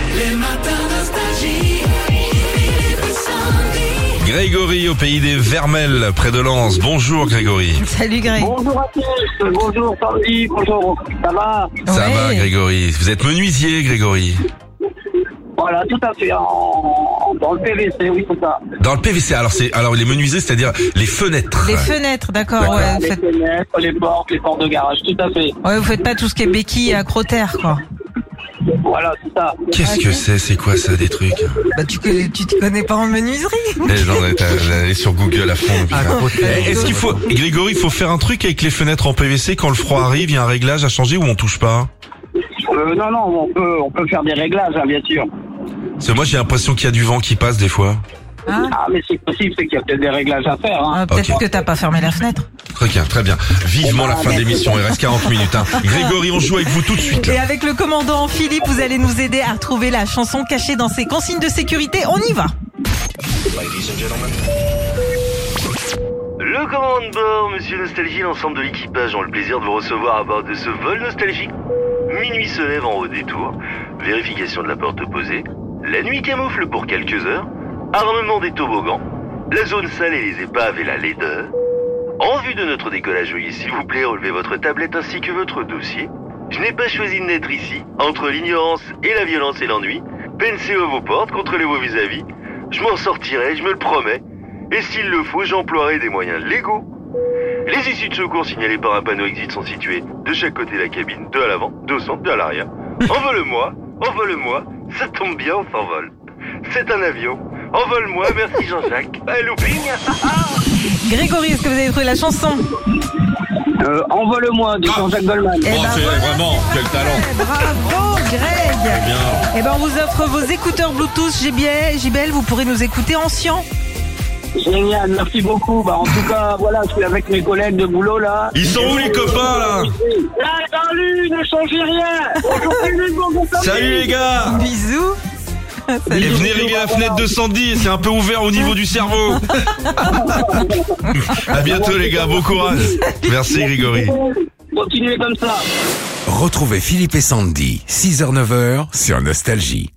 Les matins nostalgie. Philippe et Sandy. Grégory au pays des Vermelles, près de Lens. Bonjour Grégory. Salut Greg. Bonjour à tous, bonjour Sandy, bonjour, ça va? Ça Ouais. va Grégory. Vous êtes menuisier Grégory. Voilà, tout à fait, dans le PVC, oui, c'est ça. Dans le PVC, alors les menuisiers, c'est-à-dire les fenêtres. Les fenêtres, d'accord. D'accord. Ouais, vous Les faites... fenêtres, les portes de garage, tout à fait. ouais, vous faites pas tout ce qui est béquille à crotter, quoi. Voilà, c'est ça. Qu'est-ce que c'est quoi ça, des trucs? Bah, tu te connais pas en menuiserie. Allez sur Google à fond. Est-ce qu'il faut, Grégory, il faut faire un truc avec les fenêtres en PVC quand le froid arrive, il y a un réglage à changer ou on touche pas? Non, on peut faire des réglages, hein, bien sûr. Parce que moi j'ai l'impression qu'il y a du vent qui passe des fois. Hein Ah, mais c'est possible, c'est qu'il y a peut-être des réglages à faire, hein. Peut-être Ok. que t'as pas fermé la fenêtre. Très bien. Vivement la fin de l'émission, il reste 40 minutes. Hein. Grégory, on joue avec vous tout de suite. Et Là. avec le commandant Philippe, vous allez nous aider à retrouver la chanson cachée dans ses consignes de sécurité. On y va. Le commandant de bord, monsieur Nostalgie, l'ensemble de l'équipage ont le plaisir de vous recevoir à bord de ce vol nostalgique. Minuit se lève en haut des tours, vérification de la porte opposée, la nuit camoufle pour quelques heures, armement des toboggans, la zone sale et les épaves et la laideur. En vue de notre décollage, veuillez s'il vous plaît relever votre tablette ainsi que votre dossier. Je n'ai pas choisi de naître ici, entre l'ignorance et la violence et l'ennui. Pensez à vos portes, contrôlez vos vis-à-vis. Je m'en sortirai, je me le promets. Et s'il le faut, j'emploierai des moyens légaux. Les issues de secours signalées par un panneau exit sont situées de chaque côté de la cabine, deux à l'avant, deux au centre, deux à l'arrière. Envole-moi, ça tombe bien, on s'envole. C'est un avion. Envole-moi, merci Jean-Jacques. Allez, looping. Grégory, est-ce que vous avez trouvé la chanson? Envole-moi de Jean-Jacques Goldman. Eh ben voilà, vraiment, quel talent. Bravo Greg. Bien. Eh ben on vous offre vos écouteurs Bluetooth JBL, vous pourrez nous écouter en Sian. Génial, merci beaucoup. Bah, en tout cas, voilà, je suis avec mes collègues de boulot, là. Ils sont où les copains là? Salut, ne changez rien. Bonjour, Philippe, bonjour, Sandy. Salut les gars. Bisous. Et venez régler la fenêtre de Sandy, c'est un peu ouvert au niveau du cerveau. À bientôt les gars, bon courage. Merci Grégory. Continuez comme ça. Retrouvez Philippe et Sandy, 6h-9h sur Nostalgie.